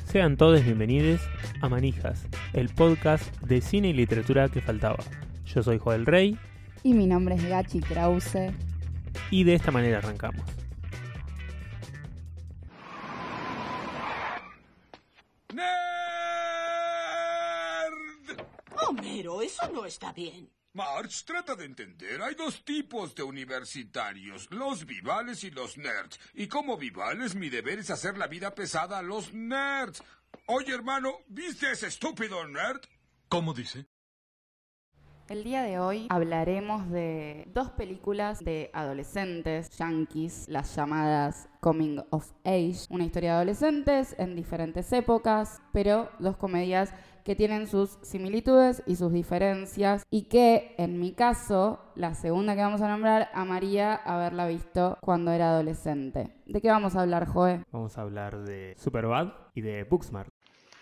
Sean todos bienvenidos a Manijas, el podcast de cine y literatura que faltaba. Yo soy Joel Rey. Y mi nombre es Gachi Krause. Y de esta manera arrancamos. ¡Nerd! Homero, eso no está bien. Marge, trata de entender. Hay dos tipos de universitarios, los vivales y los nerds. Y como vivales, mi deber es hacer la vida pesada a los nerds. Oye, hermano, ¿viste a ese estúpido nerd? ¿Cómo dice? El día de hoy hablaremos de dos películas de adolescentes yankees, las llamadas Coming of Age. Una historia de adolescentes en diferentes épocas, pero dos comedias que tienen sus similitudes y sus diferencias y que, en mi caso, la segunda que vamos a nombrar, amaría haberla visto cuando era adolescente. ¿De qué vamos a hablar, Joe? Vamos a hablar de Superbad y de Booksmart.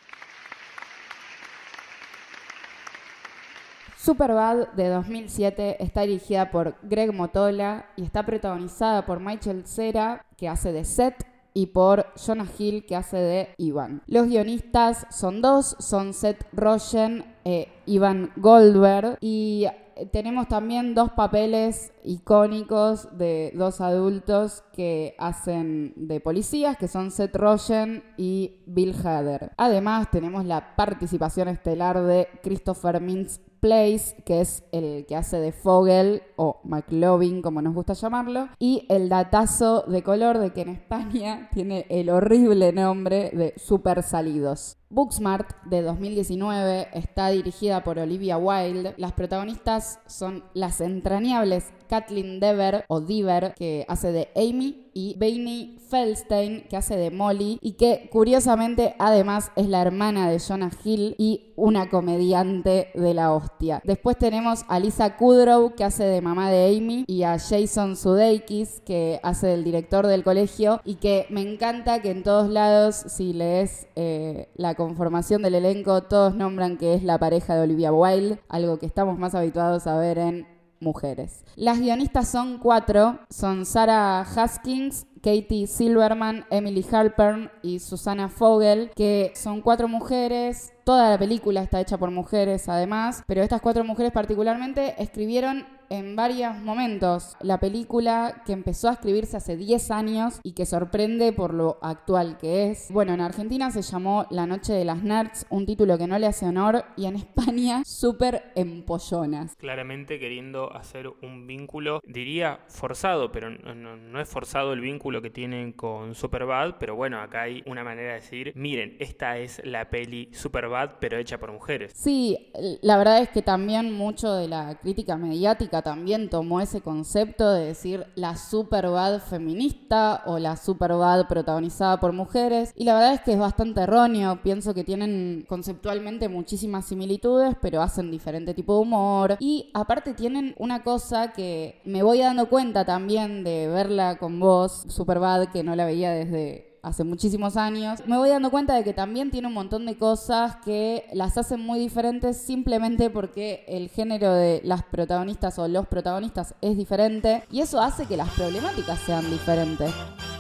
Superbad de 2007 está dirigida por Greg Mottola y está protagonizada por Michael Cera, que hace de Seth, y por Jonah Hill, que hace de Ivan. Los guionistas son dos, son Seth Rogen e Ivan Goldberg, y tenemos también dos papeles icónicos de dos adultos que hacen de policías, que son Seth Rogen y Bill Hader. Además, tenemos la participación estelar de Christopher Mintz-Plasse, que es el que hace de Fogel, o McLovin, como nos gusta llamarlo, y el datazo de color de que en España tiene el horrible nombre de Super Salidos. Booksmart de 2019 está dirigida por Olivia Wilde. Las protagonistas son las entrañables Kathleen Dever, o Diver, que hace de Amy, y Beanie Feldstein, que hace de Molly, y que curiosamente además es la hermana de Jonah Hill y una comediante de la hostia. Después tenemos a Lisa Kudrow, que hace de mamá de Amy, y a Jason Sudeikis, que hace del director del colegio, y que me encanta que en todos lados, si lees la conformación del elenco, todos nombran que es la pareja de Olivia Wilde, algo que estamos más habituados a ver en mujeres. Las guionistas son 4, son Sarah Haskins, Katie Silverman, Emily Halpern y Susanna Fogel, que son 4 mujeres. Toda la película está hecha por mujeres además, pero estas 4 mujeres particularmente escribieron en varios momentos la película, que empezó a escribirse hace 10 años y que sorprende por lo actual que es. Bueno, en Argentina se llamó La Noche de las Nerds, un título que no le hace honor, y en España súper empollonas. Claramente queriendo hacer un vínculo, diría forzado, pero no es forzado el vínculo que tienen con Superbad, pero bueno, acá hay una manera de decir, miren, esta es la peli Superbad, pero hecha por mujeres. Sí, la verdad es que también mucho de la crítica mediática también tomó ese concepto de decir la Superbad feminista o la Superbad protagonizada por mujeres, y la verdad es que es bastante erróneo. Pienso que tienen conceptualmente muchísimas similitudes, pero hacen diferente tipo de humor, y aparte tienen una cosa que me voy dando cuenta también de verla con vos, Superbad, que no la veía desde hace muchísimos años. Me voy dando cuenta de que también tiene un montón de cosas que las hacen muy diferentes simplemente porque el género de las protagonistas o los protagonistas es diferente, y eso hace que las problemáticas sean diferentes.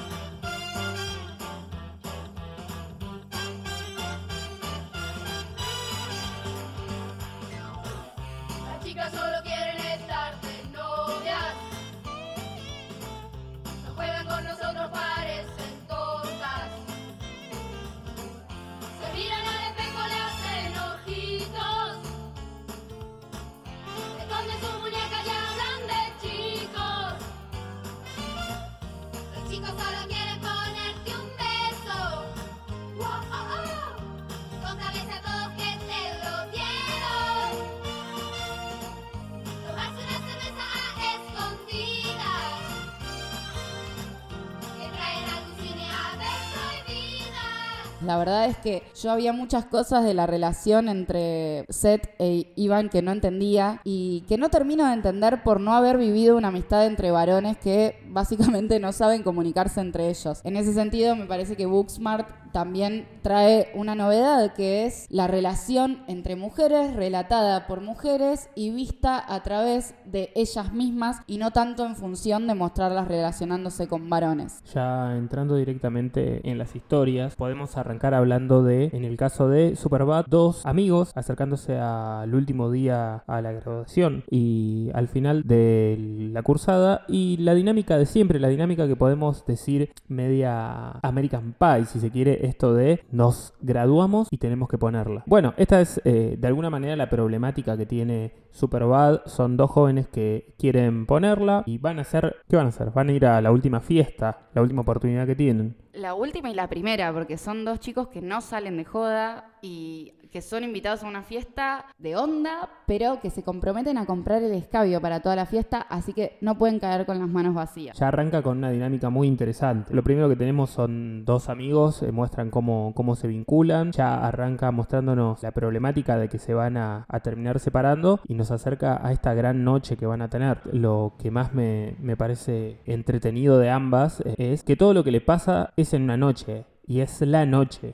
Las chicas solo quieren estar de novias. No juegan con nosotros, parecen tontas. Se miran al espejo, le hacen ojitos. Esconden sus muñecas y hablan de chicos. Los chicos solo quieren ponerte un beso. Wow, oh, oh. Con cabeza todos que te lo dieron. Tomarse una cerveza a escondidas. Que traen al cine a ver prohibidas. La verdad es que yo había muchas cosas de la relación entre Seth e Ivan que no entendía y que no termino de entender por no haber vivido una amistad entre varones que básicamente no saben comunicarse entre ellos. En ese sentido, me parece que Booksmart también trae una novedad que es la relación entre mujeres, relatada por mujeres y vista a través de ellas mismas y no tanto en función de mostrarlas relacionándose con varones. Ya entrando directamente en las historias, podemos arrancar hablando de, en el caso de Superbad, dos amigos acercándose al último día a la graduación y al final de la cursada, y la dinámica de siempre, la dinámica que podemos decir media American Pie, si se quiere, esto de nos graduamos y tenemos que ponerla. Bueno, esta es de alguna manera la problemática que tiene Superbad. Son dos jóvenes que quieren ponerla y van a hacer, ¿qué van a hacer? Van a ir a la última fiesta, la última oportunidad que tienen. La última y la primera, porque son dos chicos que no salen de joda y que son invitados a una fiesta de onda, pero que se comprometen a comprar el escabio para toda la fiesta, así que no pueden caer con las manos vacías. Ya arranca con una dinámica muy interesante. Lo primero que tenemos son dos amigos, muestran cómo se vinculan, ya arranca mostrándonos la problemática de que se van a terminar separando y nos acerca a esta gran noche que van a tener. Lo que más me parece entretenido de ambas es que todo lo que le pasa es en una noche. Y es la noche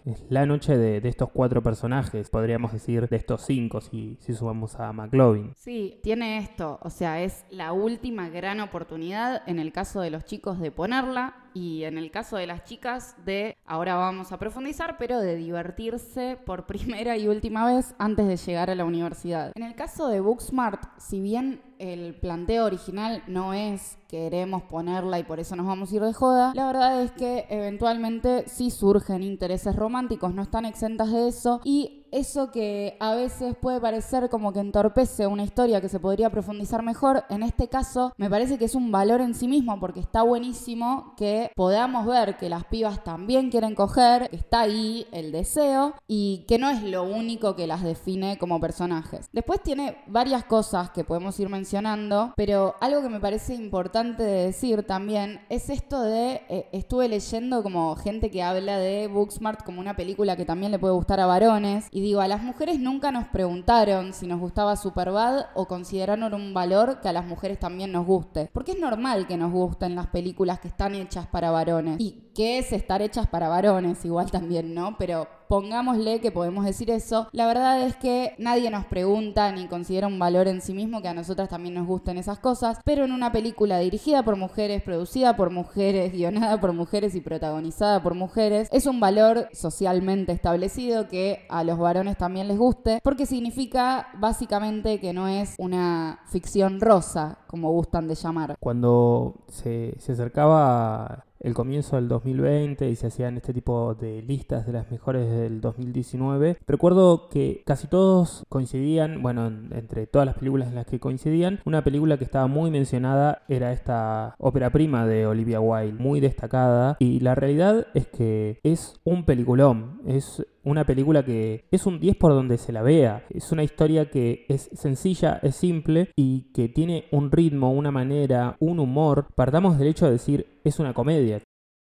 de estos cuatro personajes, podríamos decir de estos cinco si sumamos a McLovin. Sí, tiene esto, o sea, es la última gran oportunidad en el caso de los chicos de ponerla y en el caso de las chicas de, ahora vamos a profundizar, pero de divertirse por primera y última vez antes de llegar a la universidad. En el caso de Booksmart, si bien el planteo original no es queremos ponerla y por eso nos vamos a ir de joda, la verdad es que eventualmente sí surgen intereses románticos, no están exentas de eso, y eso que a veces puede parecer como que entorpece una historia que se podría profundizar mejor, en este caso me parece que es un valor en sí mismo, porque está buenísimo que podamos ver que las pibas también quieren coger, que está ahí el deseo y que no es lo único que las define como personajes. Después tiene varias cosas que podemos ir mencionando, pero algo que me parece importante de decir también es esto de, estuve leyendo como gente que habla de Booksmart como una película que también le puede gustar a varones, y digo, a las mujeres nunca nos preguntaron si nos gustaba Superbad o consideraron un valor que a las mujeres también nos guste, porque es normal que nos gusten las películas que están hechas para varones, y qué es estar hechas para varones igual también, ¿no? Pero pongámosle que podemos decir eso. La verdad es que nadie nos pregunta ni considera un valor en sí mismo que a nosotras también nos gusten esas cosas, pero en una película dirigida por mujeres, producida por mujeres, guionada por mujeres y protagonizada por mujeres, es un valor socialmente establecido que a los varones también les guste, porque significa básicamente que no es una ficción rosa, como gustan de llamar. Cuando se acercaba el comienzo del 2020 y se hacían este tipo de listas de las mejores del 2019, recuerdo que casi todos coincidían, bueno, entre todas las películas en las que coincidían, una película que estaba muy mencionada era esta ópera prima de Olivia Wilde, muy destacada, y la realidad es que es un peliculón, es una película que es un 10 por donde se la vea. Es una historia que es sencilla, es simple y que tiene un ritmo, una manera, un humor. Partamos del hecho de decir, es una comedia.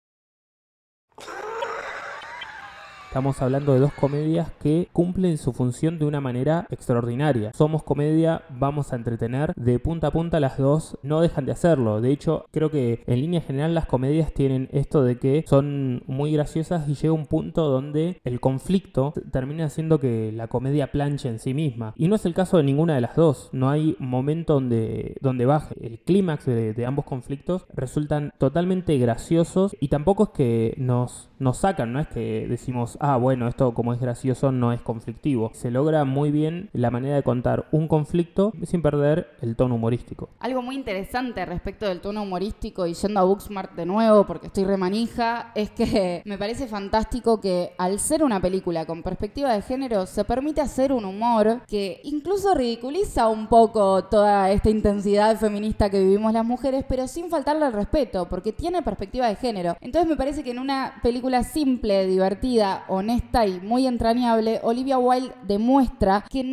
Estamos hablando de dos comedias que cumplen su función de una manera extraordinaria. Somos comedia, vamos a entretener. De punta a punta las dos no dejan de hacerlo. De hecho, creo que en línea general las comedias tienen esto de que son muy graciosas y llega un punto donde el conflicto termina haciendo que la comedia planche en sí misma. Y no es el caso de ninguna de las dos. No hay momento donde baje. El clímax de ambos conflictos resultan totalmente graciosos y tampoco es que nos sacan, no es que decimos, bueno, esto como es gracioso no es conflictivo. Se logra muy bien la manera de contar un conflicto sin perder el tono humorístico. Algo muy interesante respecto del tono humorístico, y yendo a Booksmart de nuevo porque estoy remanija, es que me parece fantástico que al ser una película con perspectiva de género se permite hacer un humor que incluso ridiculiza un poco toda esta intensidad feminista que vivimos las mujeres, pero sin faltarle al respeto, porque tiene perspectiva de género. Entonces me parece que en una película simple, divertida, honesta y muy entrañable, Olivia Wilde demuestra que no es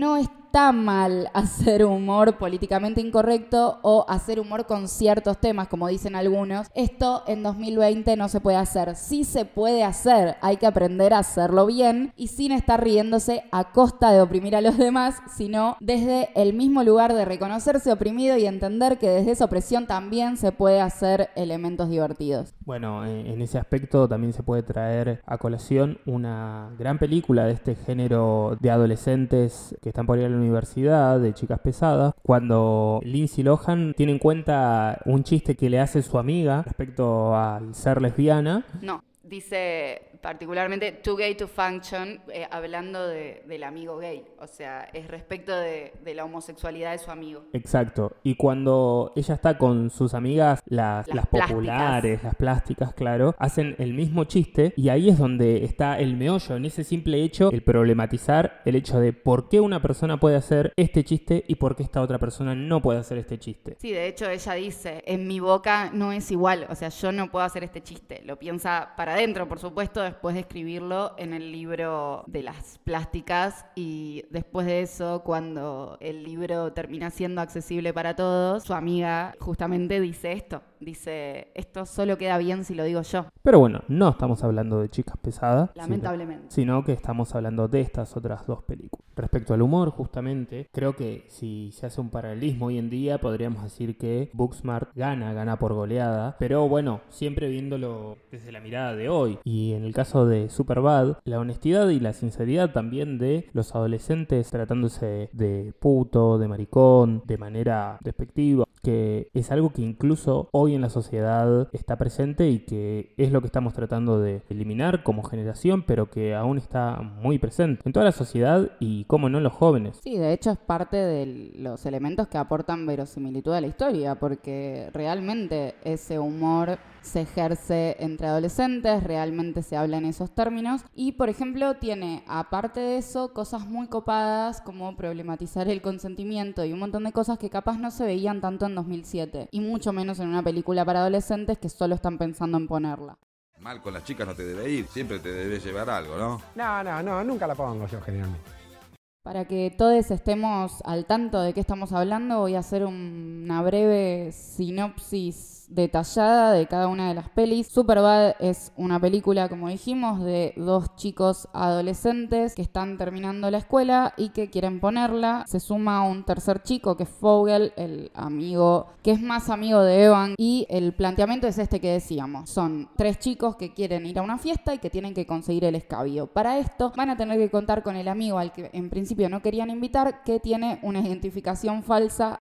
está mal hacer humor políticamente incorrecto o hacer humor con ciertos temas, como dicen algunos. Esto en 2020 no se puede hacer. Sí se puede hacer, hay que aprender a hacerlo bien y sin estar riéndose a costa de oprimir a los demás, sino desde el mismo lugar de reconocerse oprimido y entender que desde esa opresión también se puede hacer elementos divertidos. Bueno, en ese aspecto también se puede traer a colación una gran película de este género de adolescentes que están por ir a la universidad, de chicas pesadas, cuando Lindsay Lohan tiene en cuenta un chiste que le hace su amiga respecto al ser lesbiana. No, dice particularmente too gay to function, hablando del amigo gay, o sea, es respecto de la homosexualidad de su amigo. Exacto, y cuando ella está con sus amigas, las populares, las plásticas, claro, hacen el mismo chiste y ahí es donde está el meollo, en ese simple hecho, el problematizar el hecho de por qué una persona puede hacer este chiste y por qué esta otra persona no puede hacer este chiste. Sí, de hecho ella dice, en mi boca no es igual, o sea, yo no puedo hacer este chiste, lo piensa para adentro, por supuesto, después de escribirlo en el libro de las plásticas y después de eso, cuando el libro termina siendo accesible para todos, su amiga justamente dice esto. Dice, esto solo queda bien si lo digo yo. Pero bueno, no estamos hablando de Chicas Pesadas. Lamentablemente. Sino que estamos hablando de estas otras dos películas. Respecto al humor, justamente, creo que si se hace un paralelismo hoy en día, podríamos decir que Booksmart gana por goleada. Pero bueno, siempre viéndolo desde la mirada de hoy. Y en el caso de Superbad, la honestidad y la sinceridad también de los adolescentes tratándose de puto, de maricón, de manera despectiva, que es algo que incluso hoy en la sociedad está presente y que es lo que estamos tratando de eliminar como generación, pero que aún está muy presente en toda la sociedad y, cómo no, en los jóvenes. Sí, de hecho es parte de los elementos que aportan verosimilitud a la historia, porque realmente ese humor se ejerce entre adolescentes, realmente se habla en esos términos y, por ejemplo, tiene, aparte de eso, cosas muy copadas como problematizar el consentimiento y un montón de cosas que capaz no se veían tanto en 2007 y mucho menos en una película para adolescentes que solo están pensando en ponerla. Mal con las chicas no te debe ir, siempre te debe llevar algo, ¿no? No, nunca la pongo yo generalmente. Para que todos estemos al tanto de qué estamos hablando, voy a hacer una breve sinopsis detallada de cada una de las pelis. Superbad es una película, como dijimos, de dos chicos adolescentes que están terminando la escuela y que quieren ponerla. Se suma un tercer chico que es Fogel, el amigo que es más amigo de Evan, y el planteamiento es este que decíamos. Son tres chicos que quieren ir a una fiesta y que tienen que conseguir el escabio. Para esto van a tener que contar con el amigo al que en principio no querían invitar, que tiene una identificación falsa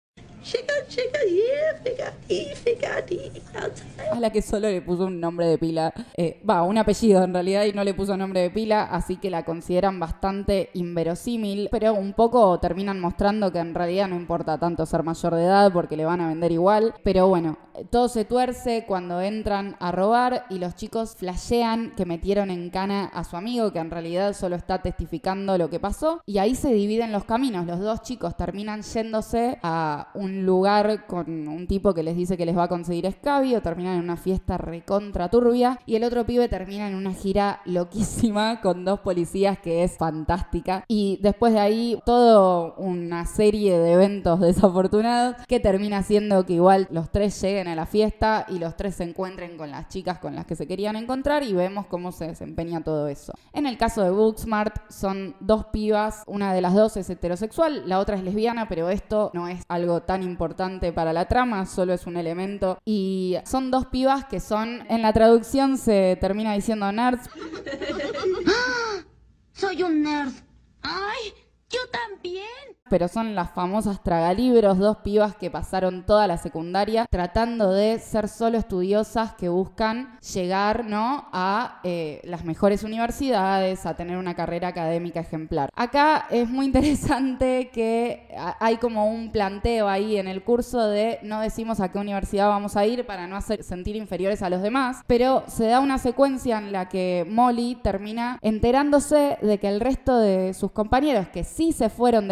a la que solo le puso un nombre de pila, un apellido en realidad, y no le puso nombre de pila, así que la consideran bastante inverosímil, pero un poco terminan mostrando que en realidad no importa tanto ser mayor de edad porque le van a vender igual. Pero bueno, todo se tuerce cuando entran a robar y los chicos flashean que metieron en cana a su amigo, que en realidad solo está testificando lo que pasó, y ahí se dividen los caminos. Los dos chicos terminan yéndose a un lugar con un tipo que les dice que les va a conseguir escabio, terminan en una fiesta recontra turbia, y el otro pibe termina en una gira loquísima con dos policías que es fantástica, y después de ahí toda una serie de eventos desafortunados que termina haciendo que igual los tres lleguen a la fiesta y los tres se encuentren con las chicas con las que se querían encontrar, y vemos cómo se desempeña todo eso. En el caso de Booksmart son dos pibas, una de las dos es heterosexual, la otra es lesbiana, pero esto no es algo tan importante para la trama, solo es un elemento, y son dos pibas que son, en la traducción se termina diciendo nerds. Soy un nerd. ¡Ay! ¡Yo también! Pero son las famosas tragalibros, dos pibas que pasaron toda la secundaria tratando de ser solo estudiosas que buscan llegar, ¿no?, a las mejores universidades, a tener una carrera académica ejemplar. Acá es muy interesante que hay como un planteo ahí en el curso de no decimos a qué universidad vamos a ir para no hacer sentir inferiores a los demás, pero se da una secuencia en la que Molly termina enterándose de que el resto de sus compañeros que sí se fueron de fiesta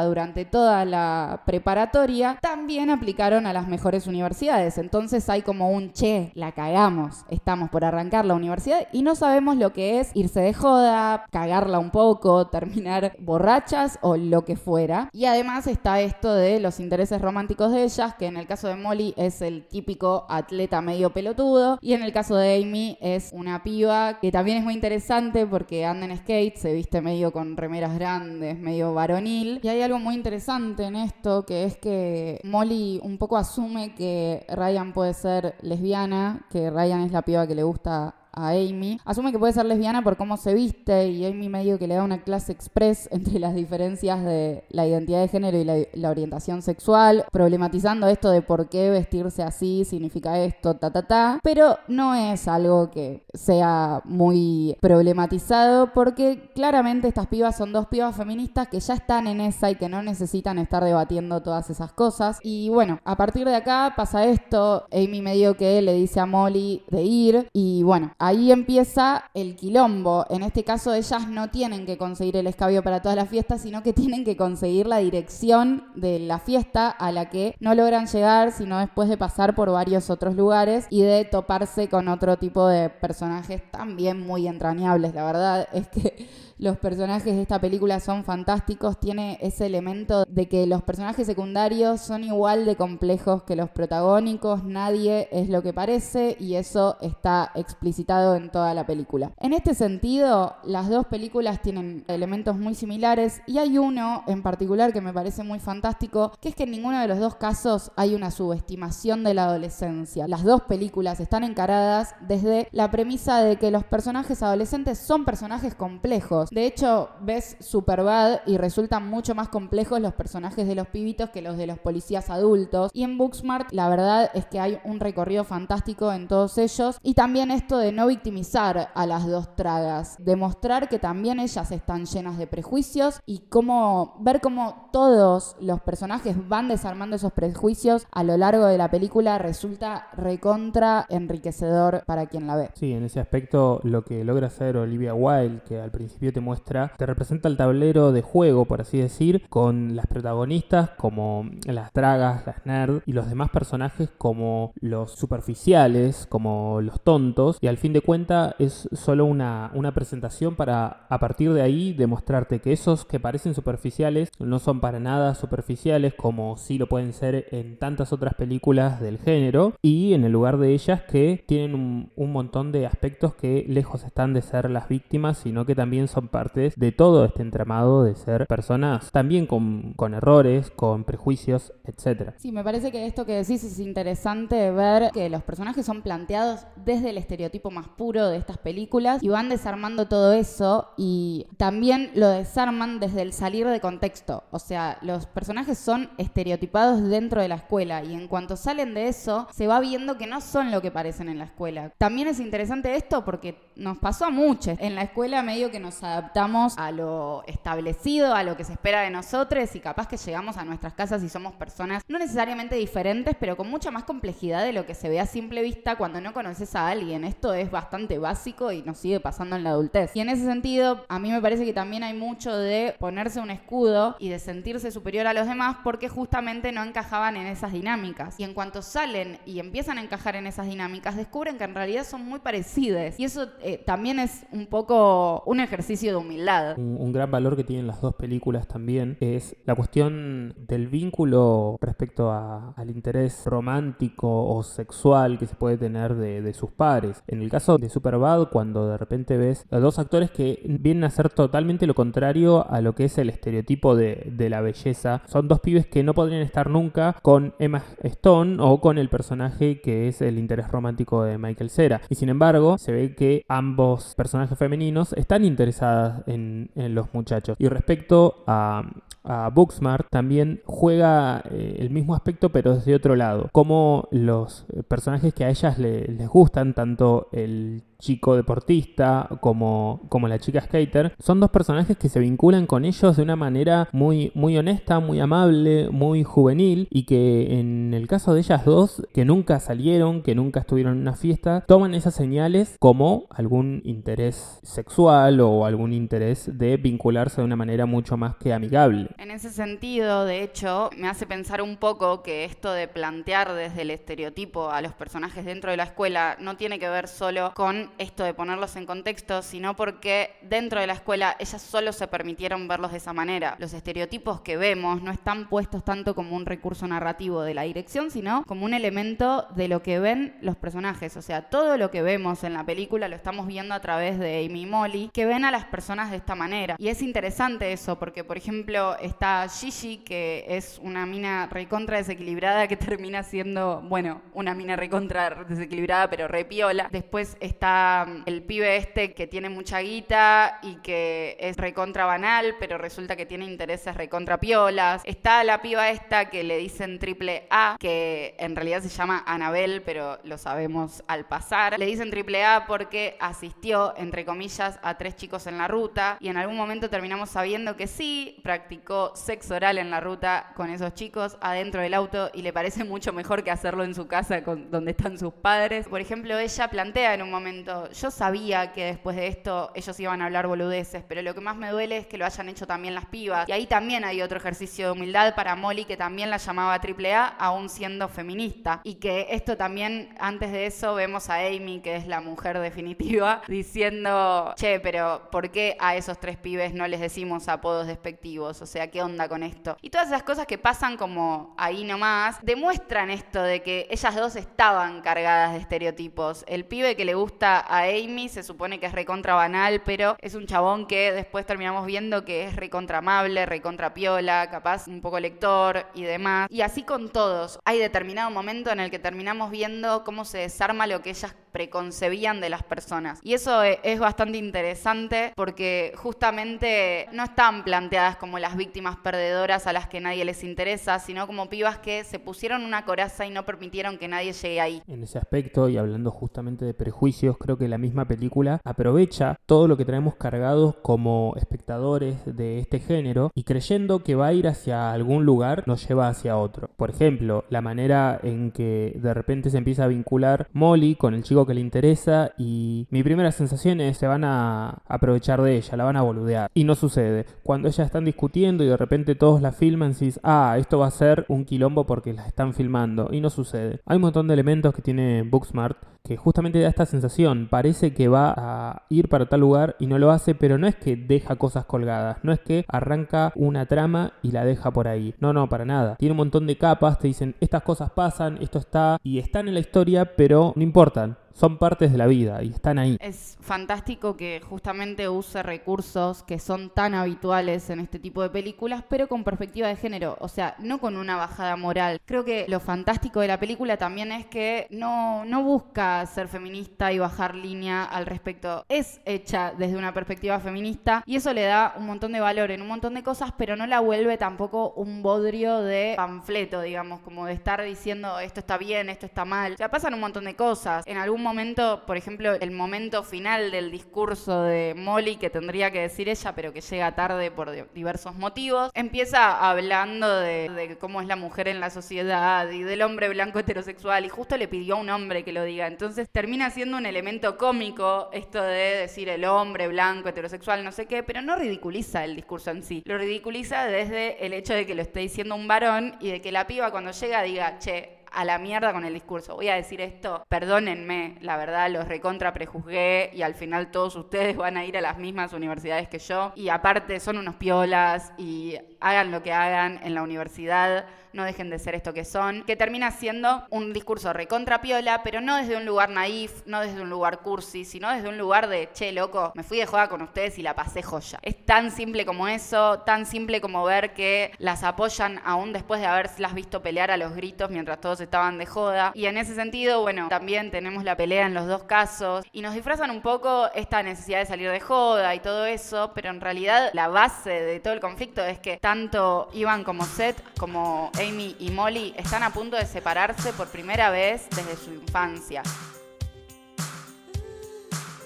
durante toda la preparatoria, también aplicaron a las mejores universidades. Entonces hay como un la cagamos, estamos por arrancar la universidad y no sabemos lo que es irse de joda, cagarla un poco, terminar borrachas o lo que fuera. Y además está esto de los intereses románticos de ellas, que en el caso de Molly es el típico atleta medio pelotudo y en el caso de Amy es una piba que también es muy interesante porque anda en skate, se viste medio con remeras grandes, medio varonil. Y hay algo muy interesante en esto, que es que Molly un poco asume que Ryan puede ser lesbiana, que Ryan es la piba que le gusta a Amy. Asume que puede ser lesbiana por cómo se viste y Amy medio que le da una clase express entre las diferencias de la identidad de género y la orientación sexual, problematizando esto de por qué vestirse así significa esto, pero no es algo que sea muy problematizado porque claramente estas pibas son dos pibas feministas que ya están en esa y que no necesitan estar debatiendo todas esas cosas. Y bueno, a partir de acá pasa esto, Amy medio que le dice a Molly de ir y bueno, ahí empieza el quilombo. En este caso ellas no tienen que conseguir el escabio para todas las fiestas, sino que tienen que conseguir la dirección de la fiesta a la que no logran llegar, sino después de pasar por varios otros lugares y de toparse con otro tipo de personajes también muy entrañables. La verdad es que los personajes de esta película son fantásticos. Tiene ese elemento de que los personajes secundarios son igual de complejos que los protagónicos. Nadie es lo que parece y eso está explicitado en toda la película. En este sentido, las dos películas tienen elementos muy similares y hay uno en particular que me parece muy fantástico, que es que en ninguno de los dos casos hay una subestimación de la adolescencia. Las dos películas están encaradas desde la premisa de que los personajes adolescentes son personajes complejos. De hecho, ves Superbad y resultan mucho más complejos los personajes de los pibitos que los de los policías adultos. Y en Booksmart, la verdad es que hay un recorrido fantástico en todos ellos. Y también esto de no victimizar a las dos tragas. Demostrar que también ellas están llenas de prejuicios y ver cómo todos los personajes van desarmando esos prejuicios a lo largo de la película resulta recontra enriquecedor para quien la ve. Sí, en ese aspecto lo que logra hacer Olivia Wilde, que al principio te representa el tablero de juego, por así decir, con las protagonistas como las dragas, las nerds, y los demás personajes como los superficiales, como los tontos, y al fin de cuentas es solo una presentación para, a partir de ahí, demostrarte que esos que parecen superficiales no son para nada superficiales, como sí lo pueden ser en tantas otras películas del género, y en el lugar de ellas que tienen un montón de aspectos que lejos están de ser las víctimas, sino que también son partes de todo este entramado de ser personas también con errores, con prejuicios, etc. Sí, me parece que esto que decís es interesante, ver que los personajes son planteados desde el estereotipo más puro de estas películas y van desarmando todo eso y también lo desarman desde el salir de contexto. O sea, los personajes son estereotipados dentro de la escuela y en cuanto salen de eso se va viendo que no son lo que parecen en la escuela. También es interesante esto porque nos pasó a muchos. En la escuela medio que nos adaptamos a lo establecido, a lo que se espera de nosotros y capaz que llegamos a nuestras casas y somos personas no necesariamente diferentes, pero con mucha más complejidad de lo que se ve a simple vista cuando no conoces a alguien. Esto es bastante básico y nos sigue pasando en la adultez. Y en ese sentido, a mí me parece que también hay mucho de ponerse un escudo y de sentirse superior a los demás porque justamente no encajaban en esas dinámicas. Y en cuanto salen y empiezan a encajar en esas dinámicas, descubren que en realidad son muy parecidas. Y eso también es un poco un ejercicio de humildad. Un gran valor que tienen las dos películas también es la cuestión del vínculo respecto al interés romántico o sexual que se puede tener de sus pares. En el caso de Superbad, cuando de repente ves a dos actores que vienen a ser totalmente lo contrario a lo que es el estereotipo de la belleza, son dos pibes que no podrían estar nunca con Emma Stone o con el personaje que es el interés romántico de Michael Cera. Y sin embargo, se ve que ambos personajes femeninos están interesadas en los muchachos. Y respecto a Booksmart, también juega el mismo aspecto pero desde otro lado, como los personajes que a ellas les gustan, tanto el chico deportista, como la chica skater, son dos personajes que se vinculan con ellos de una manera muy, muy honesta, muy amable, muy juvenil, y que en el caso de ellas dos, que nunca salieron, que nunca estuvieron en una fiesta, toman esas señales como algún interés sexual o algún interés de vincularse de una manera mucho más que amigable. En ese sentido, de hecho, me hace pensar un poco que esto de plantear desde el estereotipo a los personajes dentro de la escuela no tiene que ver solo con esto de ponerlos en contexto, sino porque dentro de la escuela ellas solo se permitieron verlos de esa manera. Los estereotipos que vemos no están puestos tanto como un recurso narrativo de la dirección, sino como un elemento de lo que ven los personajes. O sea, todo lo que vemos en la película lo estamos viendo a través de Amy y Molly, que ven a las personas de esta manera. Y es interesante eso, porque por ejemplo está Gigi, que es una mina recontra desequilibrada que termina siendo, bueno, una mina recontra desequilibrada pero re piola. Después está el pibe este que tiene mucha guita y que es recontra banal, pero resulta que tiene intereses recontra piolas. Está la piba esta que le dicen triple A, que en realidad se llama Anabel, pero lo sabemos al pasar. Le dicen triple A porque asistió, entre comillas, a 3 chicos en la ruta, y en algún momento terminamos sabiendo que sí, practicó sexo oral en la ruta con esos chicos adentro del auto, y le parece mucho mejor que hacerlo en su casa donde están sus padres. Por ejemplo, ella plantea en un momento: yo sabía que después de esto ellos iban a hablar boludeces, pero lo que más me duele es que lo hayan hecho también las pibas. Y ahí también hay otro ejercicio de humildad para Molly, que también la llamaba triple A, aún siendo feminista. Y que esto también, antes de eso, vemos a Amy, que es la mujer definitiva, diciendo: che, pero ¿por qué a esos 3 pibes no les decimos apodos despectivos? O sea, ¿qué onda con esto? Y todas esas cosas que pasan como ahí nomás, demuestran esto de que ellas dos estaban cargadas de estereotipos. El pibe que le gusta a Amy se supone que es recontra banal, pero es un chabón que después terminamos viendo que es recontra amable, recontra piola, capaz un poco lector y demás. Y así con todos. Hay determinado momento en el que terminamos viendo cómo se desarma lo que ellas preconcebían de las personas. Y eso es bastante interesante, porque justamente no están planteadas como las víctimas perdedoras a las que nadie les interesa, sino como pibas que se pusieron una coraza y no permitieron que nadie llegue ahí. En ese aspecto, y hablando justamente de prejuicios, creo que la misma película aprovecha todo lo que traemos cargados como espectadores de este género, y creyendo que va a ir hacia algún lugar, nos lleva hacia otro. Por ejemplo, la manera en que de repente se empieza a vincular Molly con el chico que le interesa, y mi primera sensación es: se van a aprovechar de ella, la van a boludear. Y no sucede. Cuando ellas están discutiendo y de repente todos la filman, decís: ah, esto va a ser un quilombo porque la están filmando. Y no sucede. Hay un montón de elementos que tiene Booksmart que justamente da esta sensación. Parece que va a ir para tal lugar y no lo hace, pero no es que deja cosas colgadas, no es que arranca una trama y la deja por ahí. No, para nada. Tiene un montón de capas, te dicen: estas cosas pasan, esto está, y están en la historia, pero no importan. Son partes de la vida y están ahí. Es fantástico que justamente use recursos que son tan habituales en este tipo de películas, pero con perspectiva de género, o sea, no con una bajada moral. Creo que lo fantástico de la película también es que no busca ser feminista y bajar línea al respecto. Es hecha desde una perspectiva feminista y eso le da un montón de valor en un montón de cosas, pero no la vuelve tampoco un bodrio de panfleto, digamos, como de estar diciendo esto está bien, esto está mal. O sea, pasan un montón de cosas. En algún momento, por ejemplo, el momento final del discurso de Molly, que tendría que decir ella, pero que llega tarde por diversos motivos, empieza hablando de cómo es la mujer en la sociedad y del hombre blanco heterosexual, y justo le pidió a un hombre que lo diga. Entonces termina siendo un elemento cómico esto de decir el hombre blanco heterosexual, no sé qué, pero no ridiculiza el discurso en sí. Lo ridiculiza desde el hecho de que lo esté diciendo un varón y de que la piba cuando llega diga: che, a la mierda con el discurso, voy a decir esto, perdónenme, la verdad los recontra prejuzgué y al final todos ustedes van a ir a las mismas universidades que yo, y aparte son unos piolas y hagan lo que hagan en la universidad, no dejen de ser esto que son, que termina siendo un discurso recontra piola, pero no desde un lugar naif, no desde un lugar cursi, sino desde un lugar de: che, loco, me fui de joda con ustedes y la pasé joya. Es tan simple como eso, tan simple como ver que las apoyan aún después de haberlas visto pelear a los gritos mientras todos estaban de joda. Y en ese sentido, bueno, también tenemos la pelea en los dos casos y nos disfrazan un poco esta necesidad de salir de joda y todo eso, pero en realidad la base de todo el conflicto es que tanto Ivan como Seth, como Amy y Molly, están a punto de separarse por primera vez desde su infancia.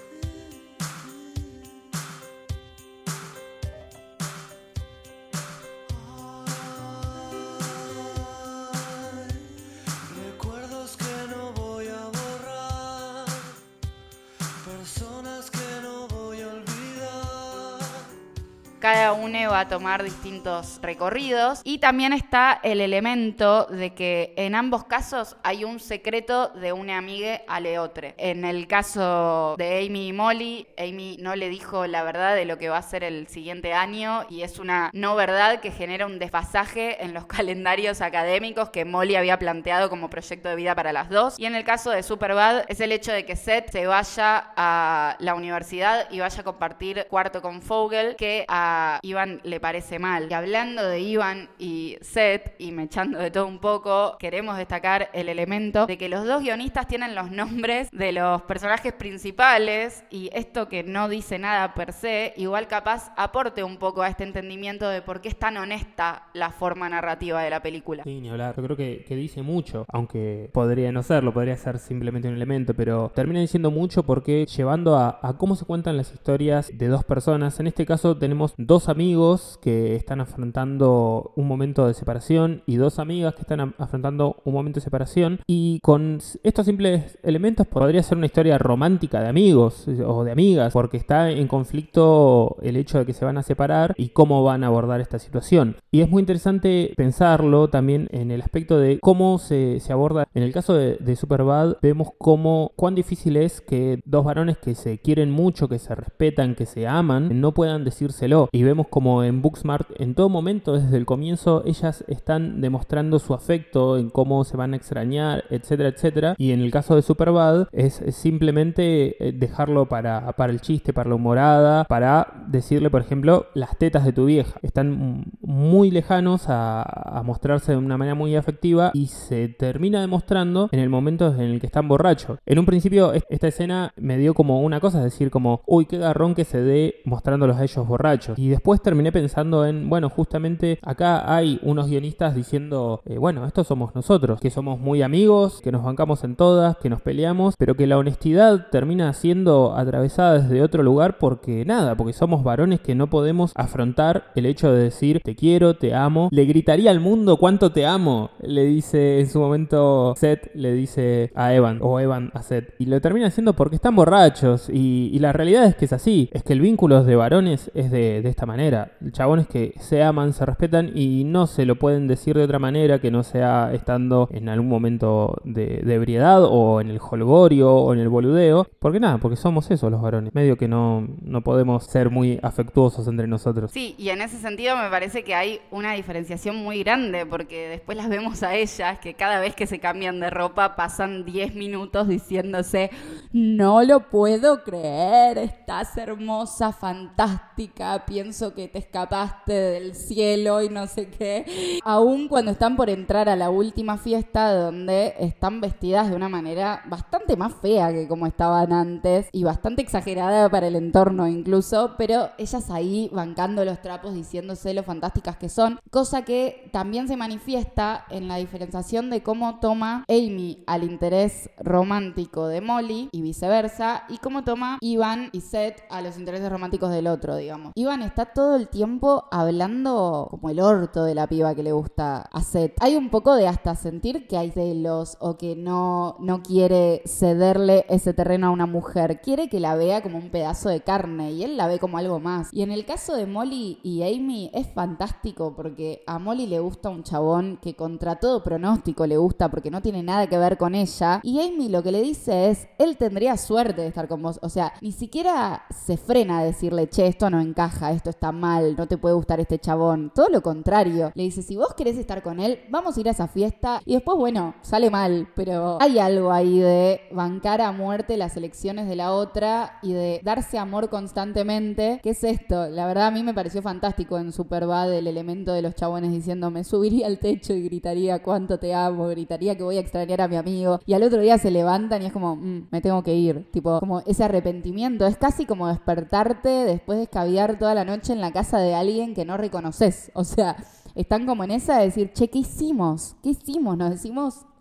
cada uno va a tomar distintos recorridos. Y también está el elemento de que en ambos casos hay un secreto de una amiga a la otra. En el caso de Amy y Molly, Amy no le dijo la verdad de lo que va a ser el siguiente año y es una no verdad que genera un desfasaje en los calendarios académicos que Molly había planteado como proyecto de vida para las dos. Y en el caso de Superbad es el hecho de que Seth se vaya a la universidad y vaya a compartir cuarto con Fogel, que a Ivan le parece mal. Y hablando de Ivan y Seth, y me echando de todo un poco, queremos destacar el elemento de que los dos guionistas tienen los nombres de los personajes principales, y esto que no dice nada per se, igual capaz aporte un poco a este entendimiento de por qué es tan honesta la forma narrativa de la película. Sí, ni hablar. Yo creo que dice mucho, aunque podría no serlo, podría ser simplemente un elemento, pero termina diciendo mucho porque llevando a cómo se cuentan las historias de dos personas. En este caso tenemos dos amigos que están afrontando un momento de separación y dos amigas que están afrontando un momento de separación, y con estos simples elementos podría ser una historia romántica de amigos o de amigas, porque está en conflicto el hecho de que se van a separar y cómo van a abordar esta situación. Y es muy interesante pensarlo también en el aspecto de cómo se aborda. En el caso de Superbad vemos cuán difícil es que dos varones que se quieren mucho, que se respetan, que se aman, no puedan decírselo. Y vemos como en Booksmart, en todo momento, desde el comienzo, ellas están demostrando su afecto, en cómo se van a extrañar, etcétera, etcétera. Y en el caso de Superbad es simplemente dejarlo para el chiste, para la humorada, para decirle, por ejemplo, las tetas de tu vieja. Están muy lejanos a mostrarse de una manera muy afectiva, y se termina demostrando en el momento en el que están borrachos. En un principio esta escena me dio como una cosa, es decir, como uy, qué garrón que se dé mostrándolos a ellos borrachos. Y después terminé pensando en, bueno, justamente acá hay unos guionistas diciendo, bueno, estos somos nosotros, que somos muy amigos, que nos bancamos en todas, que nos peleamos, pero que la honestidad termina siendo atravesada desde otro lugar porque somos varones que no podemos afrontar el hecho de decir te quiero, te amo. Le gritaría al mundo cuánto te amo, le dice en su momento Seth, le dice a Evan, o Evan a Seth, y lo termina haciendo porque están borrachos, y la realidad es que es así, es que el vínculo de varones es de esta manera. Chabones que se aman, se respetan y no se lo pueden decir de otra manera que no sea estando en algún momento de ebriedad o en el jolgorio o en el boludeo, porque somos eso los varones, medio que no podemos ser muy afectuosos entre nosotros. Sí, y en ese sentido me parece que hay una diferenciación muy grande, porque después las vemos a ellas que cada vez que se cambian de ropa pasan 10 minutos diciéndose no lo puedo creer, estás hermosa, fantástica, pienso que te escapaste del cielo y no sé qué. Aún cuando están por entrar a la última fiesta, donde están vestidas de una manera bastante más fea que como estaban antes y bastante exagerada para el entorno incluso, pero ellas ahí bancando los trapos, diciéndose lo fantásticas que son, cosa que también se manifiesta en la diferenciación de cómo toma Amy al interés romántico de Molly y viceversa, y cómo toma Ivan y Seth a los intereses románticos del otro, digamos. Ivan está todo el tiempo hablando como el orto de la piba que le gusta a Seth. Hay un poco de hasta sentir que hay celos o que no quiere cederle ese terreno a una mujer, quiere que la vea como un pedazo de carne y él la ve como algo más. Y en el caso de Molly y Amy es fantástico porque a Molly le gusta un chabón que contra todo pronóstico le gusta porque no tiene nada que ver con ella, y Amy lo que le dice es, él tendría suerte de estar con vos, o sea, ni siquiera se frena a decirle, che, esto no encaja, esto está mal, no te puede gustar este chabón, todo lo contrario, le dice, si vos querés estar con él, vamos a ir a esa fiesta, y después, bueno, sale mal, pero hay algo ahí de bancar a muerte las elecciones de la otra y de darse amor constantemente. ¿Qué es esto? La verdad a mí me pareció fantástico en Superbad el elemento de los chabones diciendo, me subiría al techo y gritaría cuánto te amo, gritaría que voy a extrañar a mi amigo, y al otro día se levantan y es como, me tengo que ir, tipo, como ese arrepentimiento, es casi como despertarte después de escabiar toda la noche en la casa de alguien que no reconoces, o sea, están como en esa de decir, che, ¿qué hicimos? ¿Qué hicimos? Nos decimos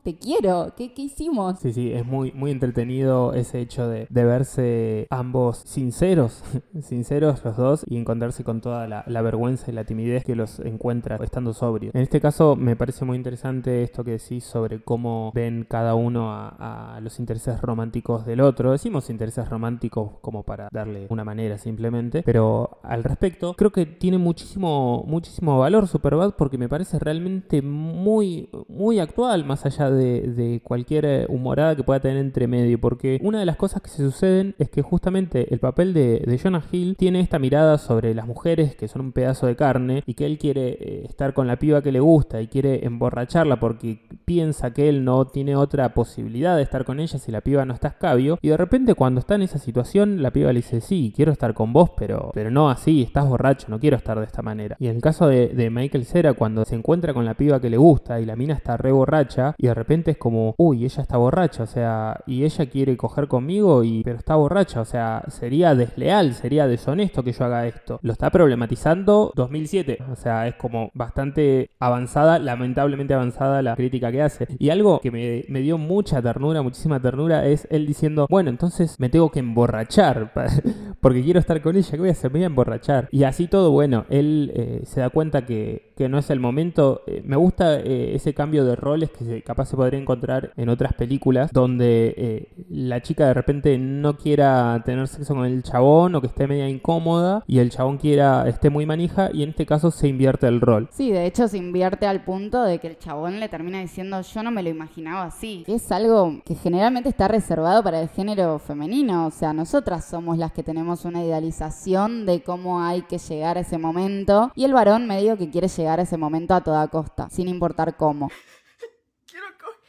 te quiero, ¿qué hicimos? Sí, es muy entretenido ese hecho de verse ambos sinceros los dos y encontrarse con toda la vergüenza y la timidez que los encuentra estando sobrios. En este caso me parece muy interesante esto que decís sobre cómo ven cada uno a los intereses románticos del otro. Decimos intereses románticos como para darle una manera simplemente, pero al respecto creo que tiene muchísimo valor Superbad porque me parece realmente muy actual, más allá de cualquier humorada que pueda tener entre medio, porque una de las cosas que se suceden es que justamente el papel de Jonah Hill tiene esta mirada sobre las mujeres que son un pedazo de carne y que él quiere estar con la piba que le gusta y quiere emborracharla porque piensa que él no tiene otra posibilidad de estar con ella si la piba no está escabio, y de repente cuando está en esa situación la piba le dice sí, quiero estar con vos, pero no así, estás borracho, no quiero estar de esta manera. Y en el caso de Michael Cera, cuando se encuentra con la piba que le gusta y la mina está re borracha y de repente es como, uy, ella está borracha, o sea, y ella quiere coger conmigo pero está borracha, o sea, sería desleal, sería deshonesto que yo haga esto. Lo está problematizando 2007, o sea, es como bastante avanzada, lamentablemente avanzada la crítica que hace. Y algo que me dio mucha ternura, muchísima ternura, es él diciendo, bueno, entonces me tengo que emborrachar porque quiero estar con ella, ¿qué voy a hacer? Me voy a emborrachar. Y así todo, bueno, él se da cuenta que no es el momento. Me gusta ese cambio de roles que capaz se podría encontrar en otras películas donde la chica de repente no quiera tener sexo con el chabón o que esté media incómoda y el chabón esté muy manija, y en este caso se invierte el rol. Sí, de hecho se invierte al punto de que el chabón le termina diciendo yo no me lo imaginaba así. Es algo que generalmente está reservado para el género femenino, o sea, nosotras somos las que tenemos una idealización de cómo hay que llegar a ese momento y el varón medio que quiere llegar a ese momento a toda costa, sin importar cómo. Quiero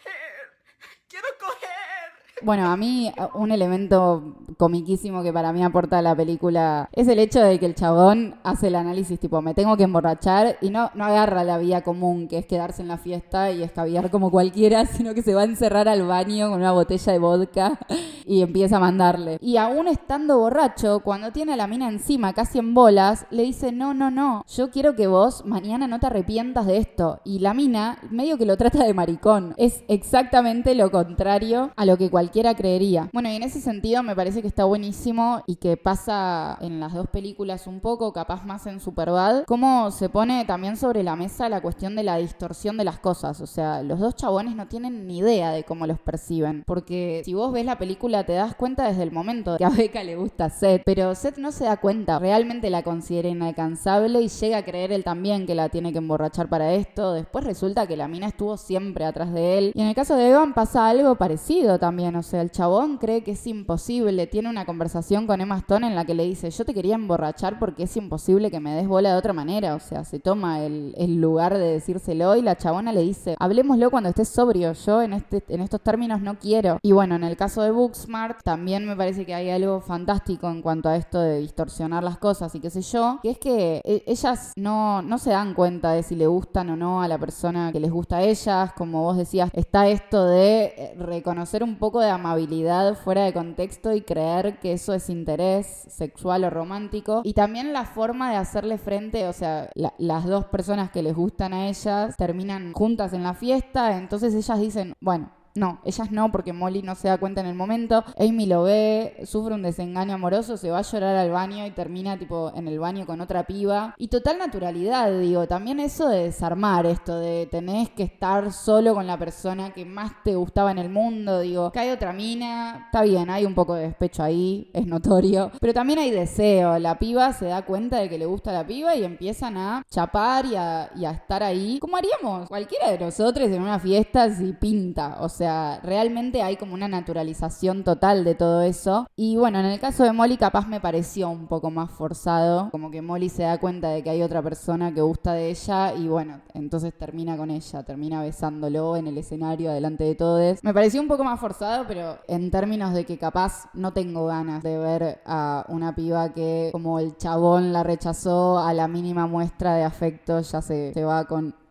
coger. Bueno, a mí un elemento comiquísimo que para mí aporta la película es el hecho de que el chabón hace el análisis tipo, me tengo que emborrachar, y no agarra la vía común, que es quedarse en la fiesta y escabiar como cualquiera, sino que se va a encerrar al baño con una botella de vodka y empieza a mandarle. Y aún estando borracho, cuando tiene a la mina encima, casi en bolas, le dice, no, yo quiero que vos mañana no te arrepientas de esto. Y la mina medio que lo trata de maricón. Es exactamente lo contrario a lo que cualquiera creería. Bueno, y en ese sentido me parece que está buenísimo y que pasa en las dos películas un poco, capaz más en Superbad, cómo se pone también sobre la mesa la cuestión de la distorsión de las cosas. O sea, los dos chabones no tienen ni idea de cómo los perciben. Porque si vos ves la película te das cuenta desde el momento que a Becca le gusta Seth, pero Seth no se da cuenta, realmente la considera inalcanzable y llega a creer él también que la tiene que emborrachar para esto. Después resulta que la mina estuvo siempre atrás de él. Y en el caso de Evan pasa algo parecido también, o sea, el chabón cree que es imposible, tiene una conversación con Emma Stone en la que le dice, yo te quería emborrachar porque es imposible que me des bola de otra manera, o sea, se toma el lugar de decírselo y la chabona le dice, hablémoslo cuando estés sobrio, yo en estos términos no quiero. Y bueno, en el caso de Booksmart también me parece que hay algo fantástico en cuanto a esto de distorsionar las cosas y qué sé yo, que es que ellas no se dan cuenta de si le gustan o no a la persona que les gusta a ellas. Como vos decías, está esto de reconocer un poco de amabilidad fuera de contexto y creer que eso es interés sexual o romántico, y también la forma de hacerle frente, o sea, las dos personas que les gustan a ellas terminan juntas en la fiesta, entonces ellas dicen, bueno, no, ellas no, porque Molly no se da cuenta en el momento. Amy lo ve, sufre un desengaño amoroso, se va a llorar al baño y termina tipo en el baño con otra piba. Y total naturalidad, digo, también eso de desarmar esto de tenés que estar solo con la persona que más te gustaba en el mundo, digo, que hay otra mina, está bien, hay un poco de despecho ahí, es notorio, pero también hay deseo. La piba se da cuenta de que le gusta a la piba y empiezan a chapar y a estar ahí, como haríamos cualquiera de nosotros en una fiesta si pinta, o sea, realmente hay como una naturalización total de todo eso. Y bueno, en el caso de Molly capaz me pareció un poco más forzado, como que Molly se da cuenta de que hay otra persona que gusta de ella y bueno, entonces termina con ella, termina besándolo en el escenario delante de todos. Me pareció un poco más forzado, pero en términos de que capaz no tengo ganas de ver a una piba que como el chabón la rechazó a la mínima muestra de afecto ya se va con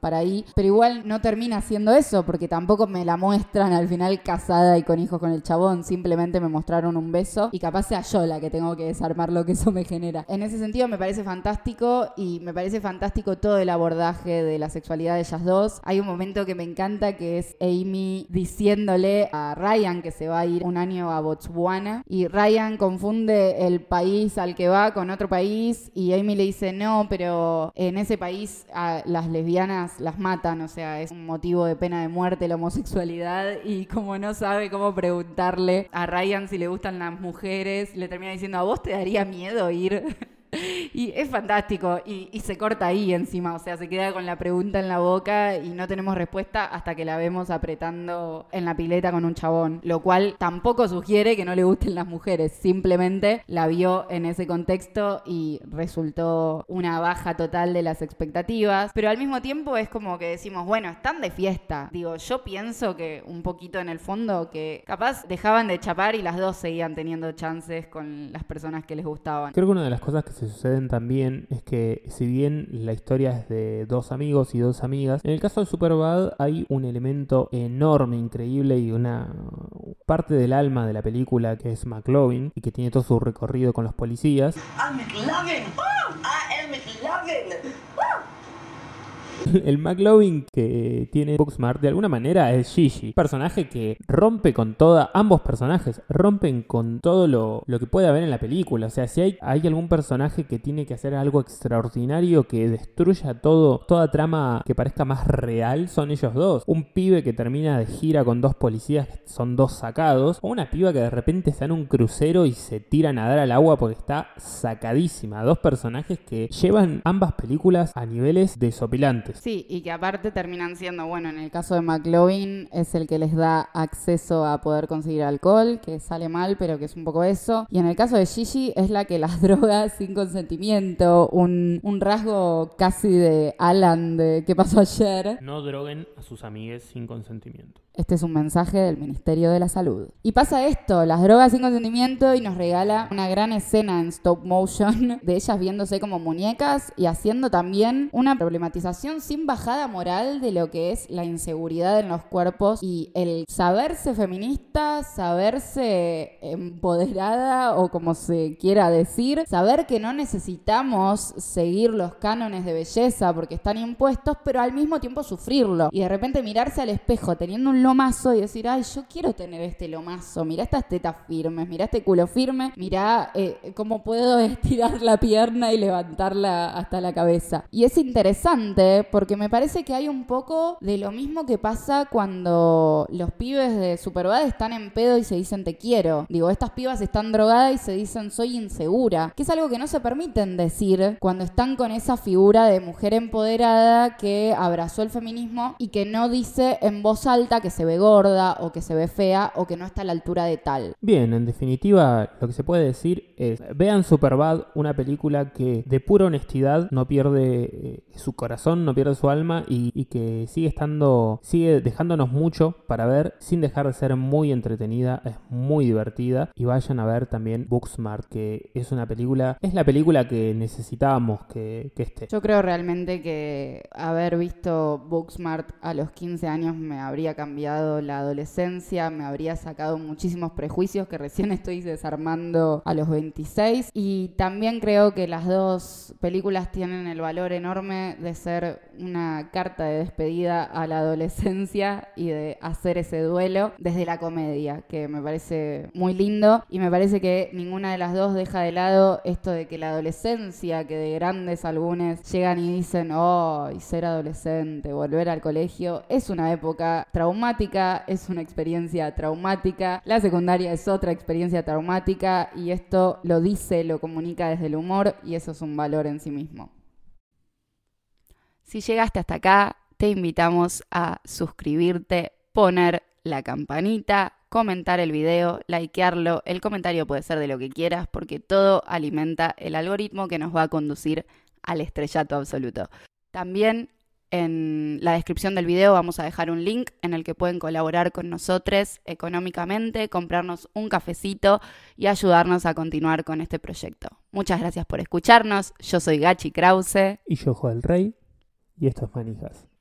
para ahí, pero igual no termina siendo eso, porque tampoco me la muestran al final casada y con hijos con el chabón, simplemente me mostraron un beso y capaz sea yo la que tengo que desarmar lo que eso me genera. En ese sentido me parece fantástico, y me parece fantástico todo el abordaje de la sexualidad de ellas dos. Hay un momento que me encanta, que es Amy diciéndole a Ryan que se va a ir un año a Botswana, y Ryan confunde el país al que va con otro país, y Amy le dice no, pero en ese país a las lesbianas las matan, o sea, es un motivo de pena de muerte la homosexualidad, y como no sabe cómo preguntarle a Ryan si le gustan las mujeres, le termina diciendo, ¿a vos te daría miedo ir? Y es fantástico, y se corta ahí encima, o sea, se queda con la pregunta en la boca y no tenemos respuesta hasta que la vemos apretando en la pileta con un chabón, lo cual tampoco sugiere que no le gusten las mujeres, simplemente la vio en ese contexto y resultó una baja total de las expectativas, pero al mismo tiempo es como que decimos, bueno, están de fiesta. Digo, yo pienso que un poquito en el fondo que capaz dejaban de chapar y las dos seguían teniendo chances con las personas que les gustaban. Creo que una de las cosas que se suceden también es que, si bien la historia es de dos amigos y dos amigas, en el caso de Superbad hay un elemento enorme, increíble, y una parte del alma de la película que es McLovin, y que tiene todo su recorrido con los policías. I'm McLovin. Woo! I am McLovin. El McLovin que tiene Booksmart de alguna manera es Gigi, personaje que rompe con ambos personajes rompen con todo lo que puede haber en la película. O sea, si hay algún personaje que tiene que hacer algo extraordinario que destruya toda trama que parezca más real, son ellos dos. Un pibe que termina de gira con dos policías que son dos sacados, o una piba que de repente está en un crucero y se tira a nadar al agua porque está sacadísima. Dos personajes que llevan ambas películas a niveles desopilantes. Sí, y que aparte terminan siendo, bueno, en el caso de McLovin es el que les da acceso a poder conseguir alcohol, que sale mal, pero que es un poco eso. Y en el caso de Gigi es la que las droga sin consentimiento, un rasgo casi de Alan de ¿Qué pasó ayer? No droguen a sus amigues sin consentimiento. Este es un mensaje del Ministerio de la Salud. Y pasa esto, las drogas sin consentimiento, y nos regala una gran escena en stop motion de ellas viéndose como muñecas y haciendo también una problematización sin bajada moral de lo que es la inseguridad en los cuerpos y el saberse feminista, saberse empoderada, o como se quiera decir, saber que no necesitamos seguir los cánones de belleza porque están impuestos, pero al mismo tiempo sufrirlo. Y de repente mirarse al espejo teniendo un lomazo y decir, ay, yo quiero tener este lomazo, mirá estas tetas firmes, mirá este culo firme, mirá cómo puedo estirar la pierna y levantarla hasta la cabeza. Y es interesante porque me parece que hay un poco de lo mismo que pasa cuando los pibes de Superbad están en pedo y se dicen te quiero. Digo, estas pibas están drogadas y se dicen soy insegura, que es algo que no se permiten decir cuando están con esa figura de mujer empoderada que abrazó el feminismo y que no dice en voz alta que se ve gorda o que se ve fea o que no está a la altura de tal. Bien, en definitiva, lo que se puede decir es, vean Superbad, una película que de pura honestidad no pierde su corazón, no pierde su alma, y que sigue dejándonos mucho para ver sin dejar de ser muy entretenida, es muy divertida. Y vayan a ver también Booksmart, que es la película que necesitábamos que esté. Yo creo realmente que haber visto Booksmart a los 15 años me habría cambiado la adolescencia, me habría sacado muchísimos prejuicios que recién estoy desarmando a los 26, y también creo que las dos películas tienen el valor enorme de ser una carta de despedida a la adolescencia y de hacer ese duelo desde la comedia, que me parece muy lindo, y me parece que ninguna de las dos deja de lado esto de que la adolescencia, que de grandes algunos llegan y dicen, oh, y ser adolescente, volver al colegio, es una época traumática, es una experiencia traumática, la secundaria es otra experiencia traumática, y esto lo dice, lo comunica desde el humor, y eso es un valor en sí mismo. Si llegaste hasta acá, te invitamos a suscribirte, poner la campanita, comentar el video, likearlo. El comentario puede ser de lo que quieras porque todo alimenta el algoritmo que nos va a conducir al estrellato absoluto. También en la descripción del video vamos a dejar un link en el que pueden colaborar con nosotros económicamente, comprarnos un cafecito y ayudarnos a continuar con este proyecto. Muchas gracias por escucharnos. Yo soy Gachi Krause. Y yo, Joel Rey. Y esto es Manijas.